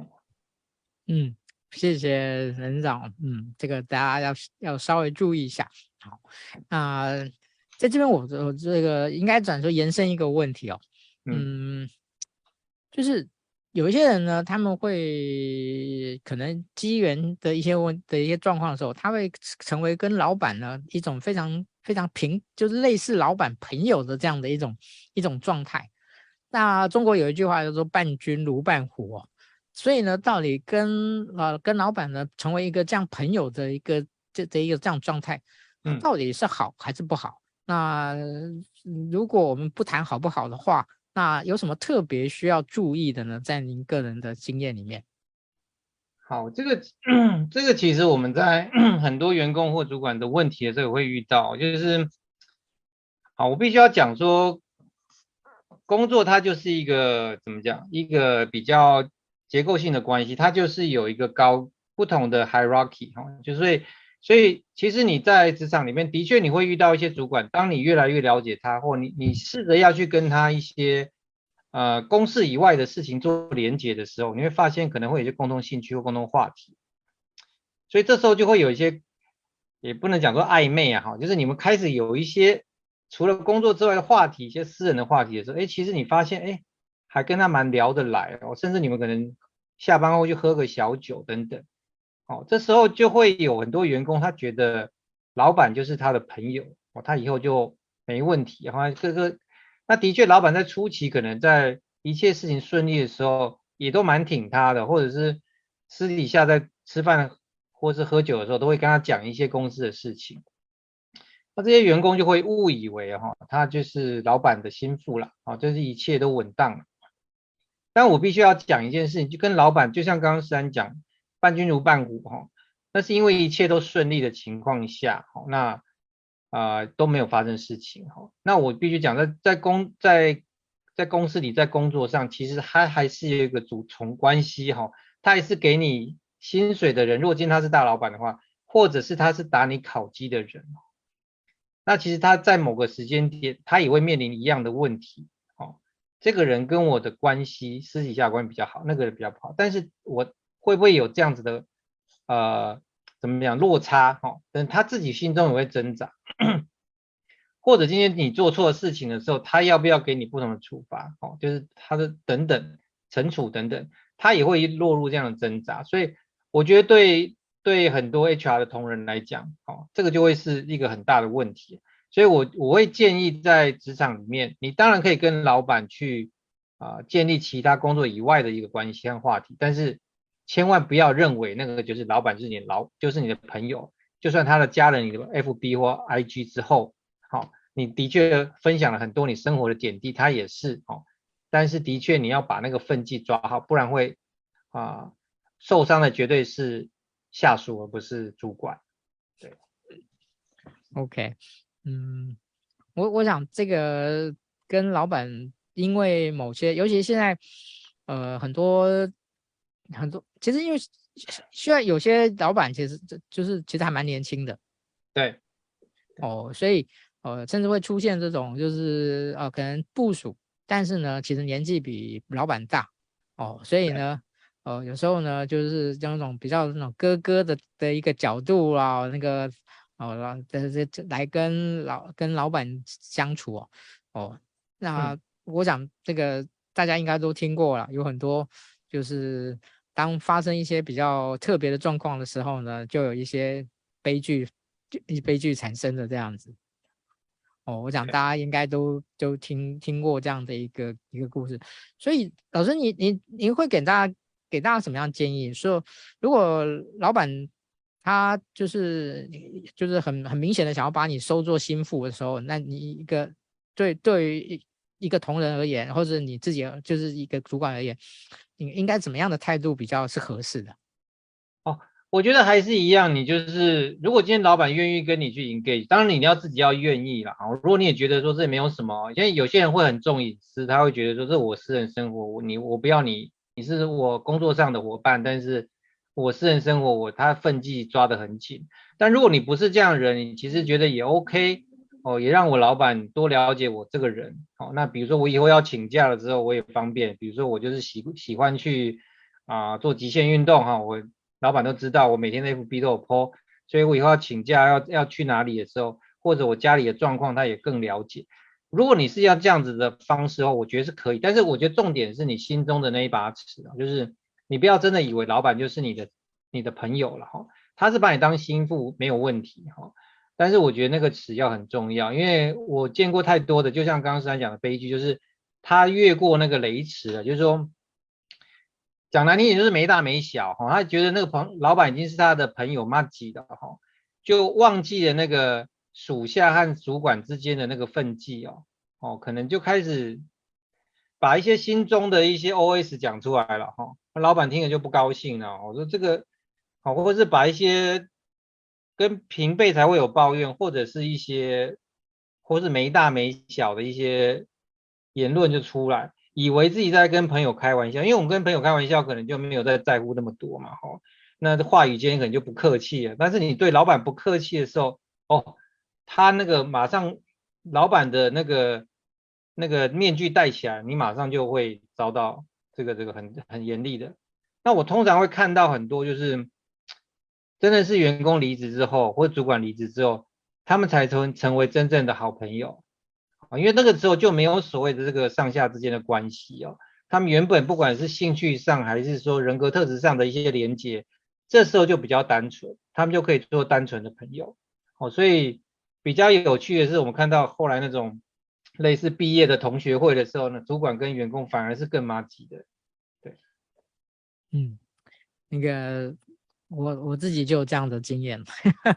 谢谢人长，这个大家要稍微注意一下。好，那在这边我这个应该转说延伸一个问题就是有一些人呢，他们会可能机缘的一些状况的时候，他会成为跟老板呢一种非常非常就是类似老板朋友的这样的一种状态。那中国有一句话叫做伴君如伴虎所以呢，到底跟老板呢成为一个这样朋友的一个这样状态，到底是好还是不好？那如果我们不谈好不好的话，那有什么特别需要注意的呢？在您个人的经验里面。 好，这个其实我们在很多员工或主管的问题的时候会遇到，就是好，我必须要讲说， 工作它就是一个怎么讲，一个比较结构性的关系，它就是有一个不同的 hierarchy 哈，所以其实你在职场里面的确你会遇到一些主管，当你越来越了解他，或你试着要去跟他一些公事以外的事情做连结的时候，你会发现可能会有一些共同兴趣或共同话题，所以这时候就会有一些也不能讲说暧昧啊哈，就是你们开始有一些除了工作之外的话题，一些私人的话题的时候，其实你发现还跟他蛮聊得来哦，甚至你们可能下班后去喝个小酒等等。哦，这时候就会有很多员工他觉得老板就是他的朋友哦，他以后就没问题。然后那的确老板在初期可能在一切事情顺利的时候也都蛮挺他的，或者是私底下在吃饭或是喝酒的时候都会跟他讲一些公司的事情。那这些员工就会误以为他就是老板的心腹了，就是一切都稳当了。但我必须要讲一件事情，就跟老板，就像刚刚思安讲，伴君如伴虎那是因为一切都顺利的情况下那都没有发生事情那我必须讲，在公司里，在工作上，其实他还是有一个主从关系他还是给你薪水的人，如果今天他是大老板的话，或者是他是打你考绩的人那其实他在某个时间点，他也会面临一样的问题这个人跟我的关系私底下关系比较好，那个人比较不好，但是我会不会有这样子的怎么讲落差等他自己心中也会挣扎，或者今天你做错事情的时候，他要不要给你不同的处罚就是他的等等惩处等等，他也会落入这样的挣扎，所以我觉得对很多 HR 的同仁来讲这个就会是一个很大的问题。所以我会建议在职场里面，你当然可以跟老板去建立其他工作以外的一个关系和话题，但是千万不要认为那个就是老板就是你的朋友，就算他的家人你的 FB 或 IG 之后，你的确分享了很多你生活的点滴，他也是但是的确你要把那个分际抓好，不然会受伤的绝对是下属而不是主管。对 OK，我想这个跟老板因为某些，尤其现在很多，其实因为现在有些老板其实就是其实还蛮年轻的对所以甚至会出现这种就是可能部属，但是呢其实年纪比老板大所以呢有时候呢就是用那种比较那种哥哥的一个角度那个这来跟老板相处那我想这个大家应该都听过了，有很多就是当发生一些比较特别的状况的时候呢，就有一些悲剧产生的这样子我想大家应该都听过这样的一个故事，所以老师你会给大家什么样的建议？说如果老板他就是很明显的想要把你收做心腹的时候，那你对于一个同仁而言，或者你自己就是一个主管而言，你应该怎么样的态度比较是合适的？ 我觉得还是一样，你就是如果今天老板愿意跟你去 engage，当然你要自己要愿意啦。如果你也觉得说这没有什么，因为有些人会很重隐私，他会觉得说这我私人生活，我不要你是我工作上的伙伴，但是我私人生活他分际抓得很紧。但如果你不是这样的人，你其实觉得也 OK 也让我老板多了解我这个人那比如说我以后要请假了之后我也方便，比如说我就是喜欢去做极限运动我老板都知道我每天的 FB 都有 po， 所以我以后要请假要去哪里的时候，或者我家里的状况他也更了解。如果你是要这样子的方式我觉得是可以，但是我觉得重点是你心中的那一把尺就是你不要真的以为老板就是你的朋友了他是把你当心腹没有问题但是我觉得那个尺要很重要，因为我见过太多的，就像刚刚刚讲的悲剧，就是他越过那个雷池了，就是说讲难听点就是没大没小他觉得那个老板已经是他的朋友妈级的就忘记了那个属下和主管之间的那个分际可能就开始把一些心中的一些 OS 讲出来了老板听了就不高兴了我说这个或者是把一些跟平辈才会有抱怨，或者是一些或是没大没小的一些言论就出来，以为自己在跟朋友开玩笑，因为我们跟朋友开玩笑可能就没有在乎那么多嘛，那话语间可能就不客气了。但是你对老板不客气的时候，他那个马上老板的那个面具戴起来，你马上就会遭到这个很严厉的。那我通常会看到很多就是真的是员工离职之后，或主管离职之后，他们才成为真正的好朋友啊，因为那个时候就没有所谓的这个上下之间的关系哦。他们原本不管是兴趣上还是说人格特质上的一些连接，这时候就比较单纯，他们就可以做单纯的朋友哦。所以比较有趣的是，我们看到后来那种类似毕业的同学会的时候呢，主管跟员工反而是更麻吉的。对， 那个我自己就有这样的经验，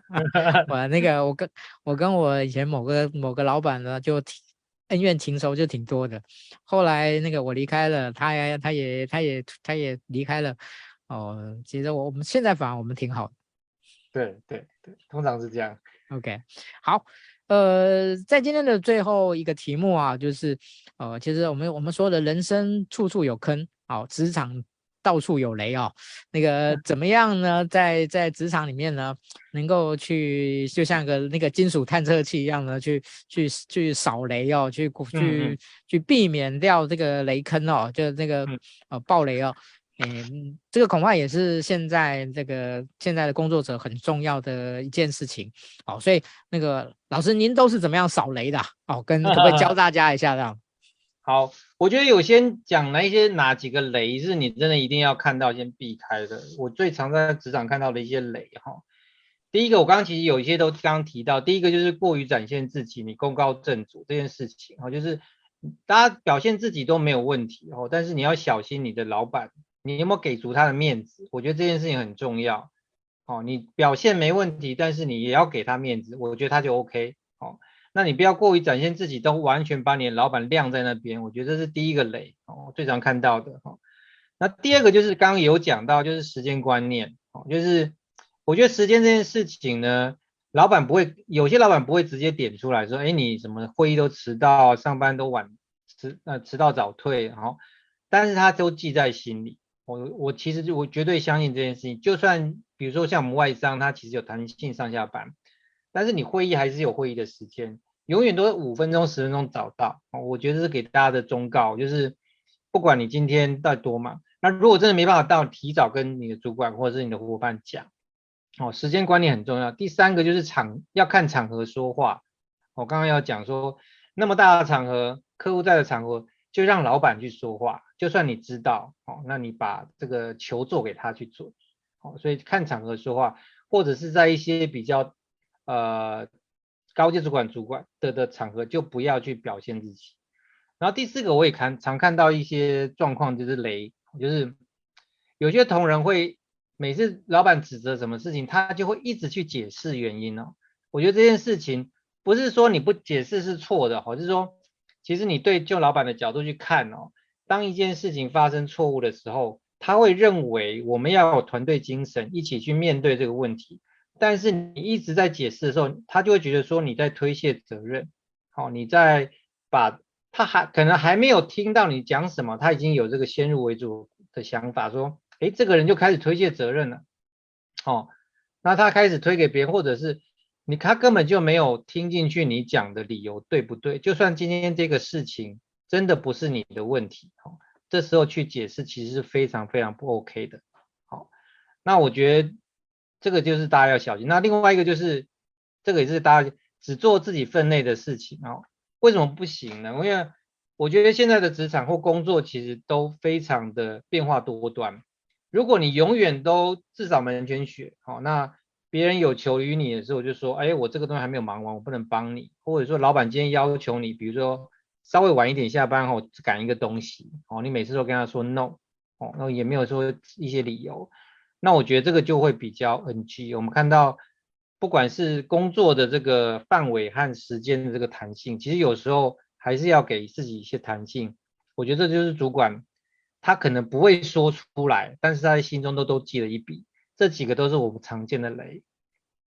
我跟我以前某个老板呢就恩怨情仇就挺多的，后来那个我离开了，他也离开了，其实我们现在反而我们挺好的。 对对对，通常是这样。 OK，好，在今天的最后一个题目啊，就是其实我们说的人生处处有坑，职场到处有雷哦。那个怎么样呢？在职场里面呢，能够去就像那个金属探测器一样呢，去扫雷哦， 嗯去避免掉这个雷坑哦，就那个嗯。 爆雷哦。这个恐怕也是现在的工作者很重要的一件事情。所以那个老师您都是怎么样扫雷的啊？可不可以教大家一下这样？ 好，我觉得有先讲哪几个雷是你真的一定要看到先避开的。我最常在职场看到的一些雷哈，第一个我刚刚其实有一些都刚刚提到，第一个就是过于展现自己，你功高震主这件事情就是大家表现自己都没有问题但是你要小心你的老板，你有没有给足他的面子？我觉得这件事情很重要你表现没问题，但是你也要给他面子，我觉得他就 OK 那你不要过于展现自己，都完全把你的老板晾在那边，我觉得这是第一个雷最常看到的那第二个就是刚刚有讲到，就是时间观念就是我觉得时间这件事情呢，有些老板不会直接点出来说，哎，你什么会议都迟到，上班都迟到早退，但是他都记在心里。我其实我绝对相信这件事情，就算比如说像我们外商，他其实有弹性上下班，但是你会议还是有会议的时间，永远都是5分钟、10分钟早到。我觉得是给大家的忠告，就是不管你今天到底多忙，那如果真的没办法到，提早跟你的主管或者是你的伙伴讲。时间观念很重要。第三个就是要看场合说话。我刚刚要讲说，那么大的场合，客户在的场合，就让老板去说话。就算你知道，那你把这个球做给他去做。所以看场合说话，或者是在一些比较高阶主管的场合，就不要去表现自己。然后第四个，我也常看到一些状况，就是雷，就是有些同仁会每次老板指责什么事情，他就会一直去解释原因我觉得这件事情不是说你不解释是错的就是说，其实你就老板的角度去看当一件事情发生错误的时候，他会认为我们要有团队精神，一起去面对这个问题。但是你一直在解释的时候，他就会觉得说你在推卸责任，你在把他可能还没有听到你讲什么，他已经有这个先入为主的想法，说，诶，这个人就开始推卸责任了，那他开始推给别人，或者是他根本就没有听进去你讲的理由，对不对？就算今天这个事情真的不是你的问题，这时候去解释其实是非常非常不 OK 的，那我觉得这个就是大家要小心。那另外一个就是这个也是大家只做自己分内的事情为什么不行呢？因为我觉得现在的职场或工作其实都非常的变化多端。如果你永远都自扫门前雪，那别人有求于你的时候就说，哎，我这个东西还没有忙完，我不能帮你。或者说老板今天要求你，比如说稍微晚一点下班赶一个东西，你每次都跟他说 no，那也没有说一些理由。那我觉得这个就会比较 NG。我们看到，不管是工作的这个范围和时间的这个弹性，其实有时候还是要给自己一些弹性。我觉得这就是主管他可能不会说出来，但是他在心中都记了一笔。这几个都是我们常见的雷。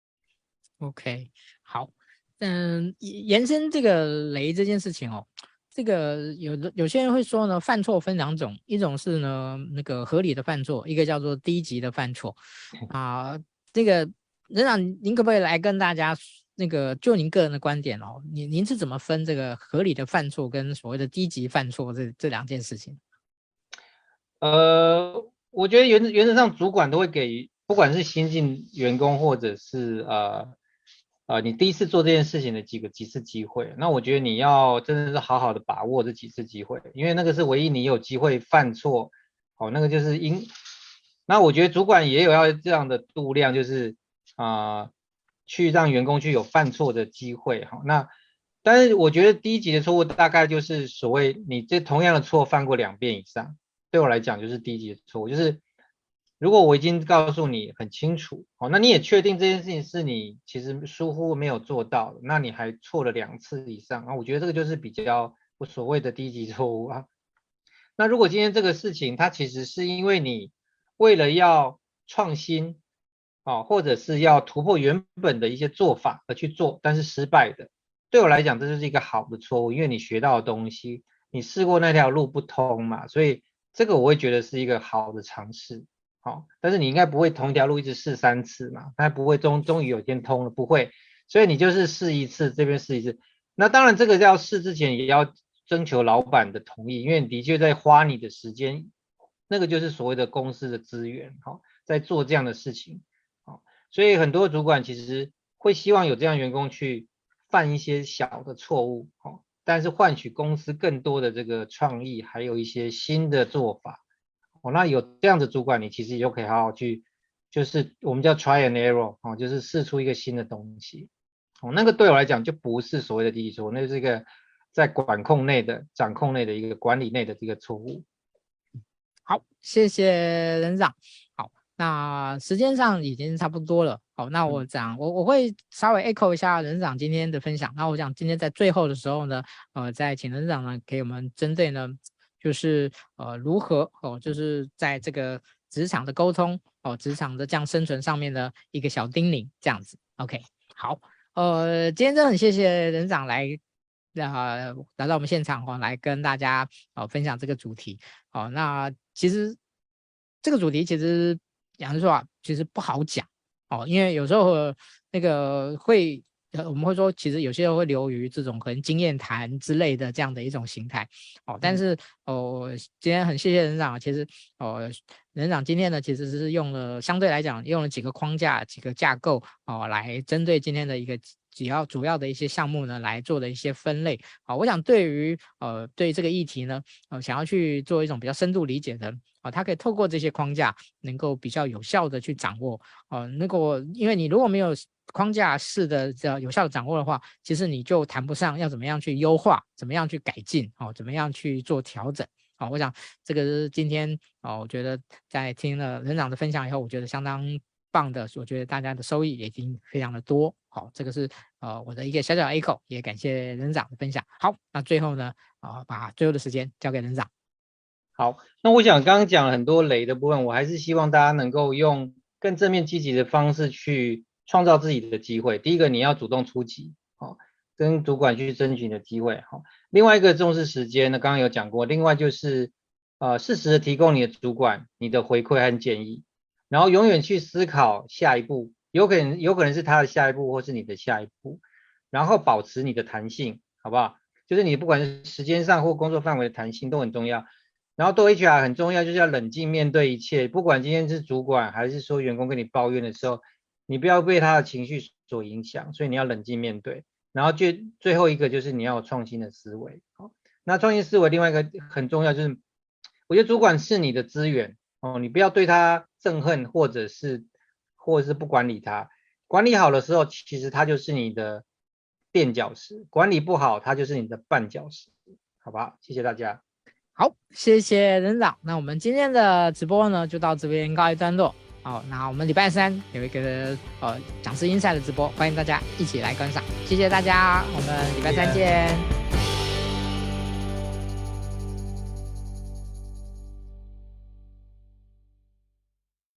OK，好，延伸这个雷这件事情这个有些人会说呢，犯错分两种，一种是呢那个合理的犯错，一个叫做低级的犯错啊。这个任长，您可不可以来跟大家那个就您个人的观点哦，您是怎么分这个合理的犯错跟所谓的低级犯错这两件事情？ 我觉得原则上主管都会给，不管是新进员工或者是你第一次做这件事情的几次机会，那我觉得你要真的是好好的把握这几次机会，因为那个是唯一你有机会犯错，那个就是那我觉得主管也有要这样的度量，就是去让员工去有犯错的机会，那但是我觉得低级的错误大概就是所谓你这同样的错犯过2遍以上，对我来讲就是低级的错误，就是如果我已经告诉你很清楚，那你也确定这件事情是你其实疏忽没有做到，那你还错了2次以上，那我觉得这个就是比较所谓的低级错误啊。那如果今天这个事情它其实是因为你为了要创新或者是要突破原本的一些做法而去做，但是失败的，对我来讲这就是一个好的错误，因为你学到的东西，你试过那条路不通嘛，所以这个我会觉得是一个好的尝试。但是你应该不会同一条路一直试3次嘛，它不会终于有一天通了，不会，所以你就是试一次，这边试一次。那当然这个要试之前也要征求老板的同意，因为你的确在花你的时间，那个就是所谓的公司的资源，在做这样的事情，所以很多主管其实会希望有这样员工去犯一些小的错误，但是换取公司更多的这个创意，还有一些新的做法。那有这样的主管，你其实就可以好好去，就是我们叫 try and error，就是试出一个新的东西。那个对我来讲就不是所谓的低级错误，那是一个在管控内的、掌控内的一个管理内的这个错误。 好，谢谢任长。好，那时间上已经差不多了。好，那我会稍微 echo 一下任长今天的分享。那我想今天在最后的时候呢，再请任长呢给我们针对呢。就是如何就是在这个职场的沟通职场的这样生存上面的一个小叮咛这样子。OK， 好，今天真的很谢谢任长来到我们现场来跟大家分享这个主题。那其实这个主题其实讲实话其实不好讲因为有时候那个我们会说，其实有些人会流于这种可能经验谈之类的这样的一种形态但是今天很谢谢任长，其实任长今天呢其实是相对来讲用了几个框架、几个架构来针对今天的一个主要的一些项目呢来做的一些分类我想对于对这个议题呢想要去做一种比较深度理解的他可以透过这些框架能够比较有效的去掌握因为你如果没有框架式的有效的掌握的话，其实你就谈不上要怎么样去优化，怎么样去改进怎么样去做调整我想这个是今天我觉得在听了任长的分享以后，我觉得相当棒的，我觉得大家的收益也已经非常的多这个是我的一个小小 echo， 也感谢任长的分享。好，那最后呢把最后的时间交给任长。 好，那我想刚刚讲了很多雷的部分，我还是希望大家能够用更正面积极的方式去创造自己的机会。第一个，你要主动出击跟主管去争取你的机会另外一个重视时间呢，刚刚有讲过，另外就是适时的提供你的主管你的回馈和建议，然后永远去思考下一步，有可能是他的下一步或是你的下一步，然后保持你的弹性，好不好？就是你不管是时间上或工作范围的弹性都很重要。然后做 HR 很重要，就是要冷静面对一切，不管今天是主管还是说员工跟你抱怨的时候，你不要被他的情绪所影响，所以你要冷静面对。然后最后一个就是你要有创新的思维。那创新思维另外一个很重要就是，我觉得主管是你的资源你不要对他憎恨或者是不管理他，管理好的时候其实他就是你的垫脚石，管理不好他就是你的绊脚石，好不好？谢谢大家。 好，谢谢任长。那我们今天的直播呢，就到这边告一段落。那我们礼拜3有一个讲师 Inside 的直播，欢迎大家一起来观赏。谢谢大家，我们礼拜3见。